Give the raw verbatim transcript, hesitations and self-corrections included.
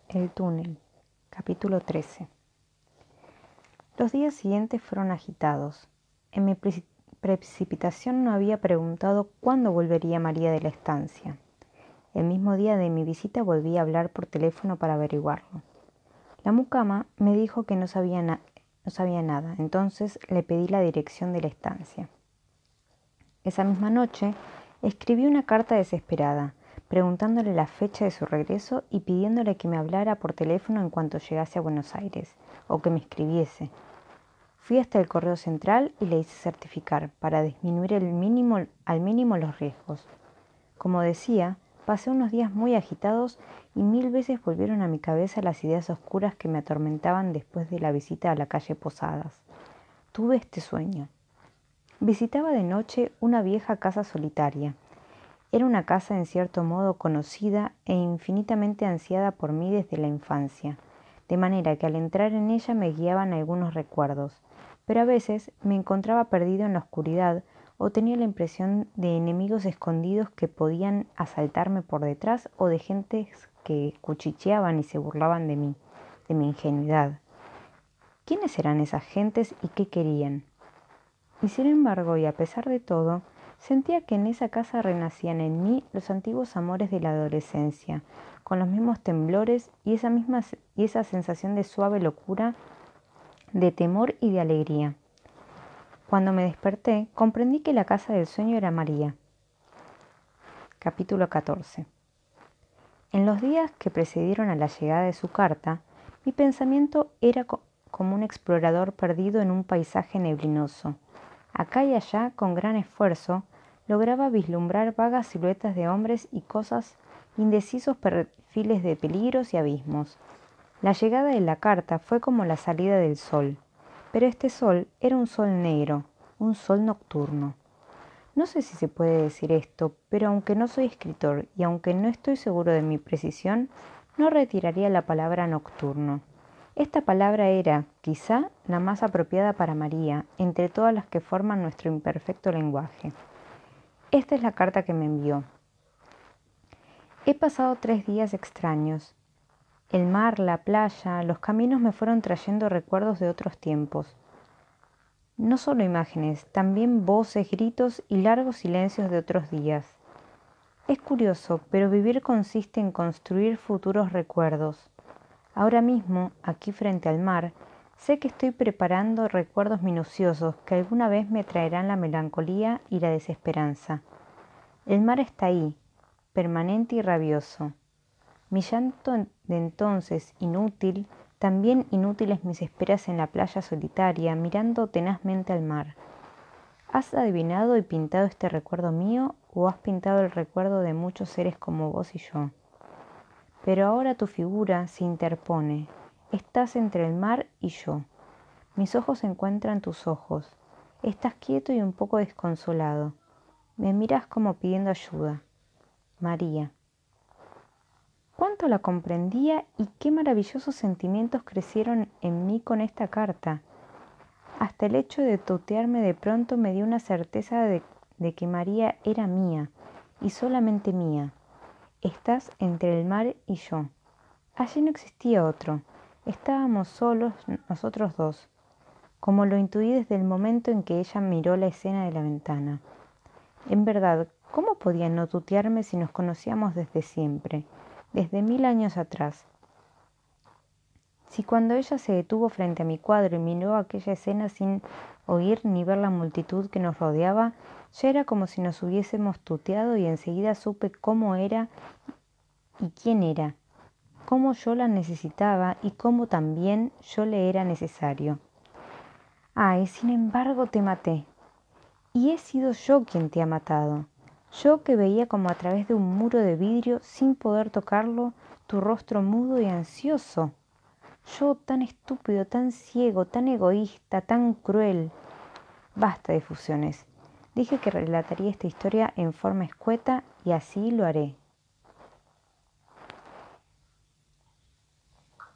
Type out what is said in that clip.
El túnel, capítulo trece. Los días siguientes fueron agitados. En mi pre- precipitación no había preguntado cuándo volvería María de la estancia. El mismo día de mi visita volví a hablar por teléfono para averiguarlo. La mucama me dijo que no sabía, na- no sabía nada, entonces le pedí la dirección de la estancia. Esa misma noche escribí una carta desesperada, preguntándole la fecha de su regreso y pidiéndole que me hablara por teléfono en cuanto llegase a Buenos Aires, o que me escribiese. Fui hasta el correo central y le hice certificar, para disminuir el mínimo, al mínimo los riesgos. Como decía, pasé unos días muy agitados y mil veces volvieron a mi cabeza las ideas oscuras que me atormentaban después de la visita a la calle Posadas. Tuve este sueño. Visitaba de noche una vieja casa solitaria. Era una casa en cierto modo conocida e infinitamente ansiada por mí desde la infancia, de manera que al entrar en ella me guiaban algunos recuerdos, pero a veces me encontraba perdido en la oscuridad o tenía la impresión de enemigos escondidos que podían asaltarme por detrás o de gentes que cuchicheaban y se burlaban de mí, de mi ingenuidad. ¿Quiénes eran esas gentes y qué querían? Y sin embargo, y a pesar de todo, sentía que en esa casa renacían en mí los antiguos amores de la adolescencia, con los mismos temblores y esa misma y esa sensación de suave locura, de temor y de alegría. Cuando me desperté, comprendí que la casa del sueño era María. Capítulo catorce. En los días que precedieron a la llegada de su carta, mi pensamiento era co- como un explorador perdido en un paisaje neblinoso. Acá y allá, con gran esfuerzo, lograba vislumbrar vagas siluetas de hombres y cosas, indecisos perfiles de peligros y abismos. La llegada de la carta fue como la salida del sol, pero este sol era un sol negro, un sol nocturno. No sé si se puede decir esto, pero aunque no soy escritor y aunque no estoy seguro de mi precisión, no retiraría la palabra nocturno. Esta palabra era, quizá, la más apropiada para María, entre todas las que forman nuestro imperfecto lenguaje. Esta es la carta que me envió. He pasado tres días extraños. El mar, la playa, los caminos me fueron trayendo recuerdos de otros tiempos. No solo imágenes, también voces, gritos y largos silencios de otros días. Es curioso, pero vivir consiste en construir futuros recuerdos. Ahora mismo, aquí frente al mar, sé que estoy preparando recuerdos minuciosos que alguna vez me traerán la melancolía y la desesperanza. El mar está ahí, permanente y rabioso. Mi llanto de entonces, inútil, también inútiles mis esperas en la playa solitaria, mirando tenazmente al mar. ¿Has adivinado y pintado este recuerdo mío o has pintado el recuerdo de muchos seres como vos y yo? Pero ahora tu figura se interpone. Estás entre el mar y yo. Mis ojos encuentran tus ojos. Estás quieto y un poco desconsolado. Me miras como pidiendo ayuda. María. Cuánto la comprendía y qué maravillosos sentimientos crecieron en mí con esta carta. Hasta el hecho de tutearme de pronto me dio una certeza de, de que María era mía, y solamente mía. Estás entre el mar y yo. Allí no existía otro. Estábamos solos nosotros dos, como lo intuí desde el momento en que ella miró la escena de la ventana. En verdad, ¿cómo podía no tutearme si nos conocíamos desde siempre, desde mil años atrás? Si cuando ella se detuvo frente a mi cuadro y miró aquella escena sin oír ni ver la multitud que nos rodeaba, ya era como si nos hubiésemos tuteado y enseguida supe cómo era y quién era, cómo yo la necesitaba y cómo también yo le era necesario. Ay, sin embargo te maté. Y he sido yo quien te ha matado. Yo que veía como a través de un muro de vidrio, sin poder tocarlo, tu rostro mudo y ansioso. Yo tan estúpido, tan ciego, tan egoísta, tan cruel. Basta de fusiones. Dije que relataría esta historia en forma escueta y así lo haré.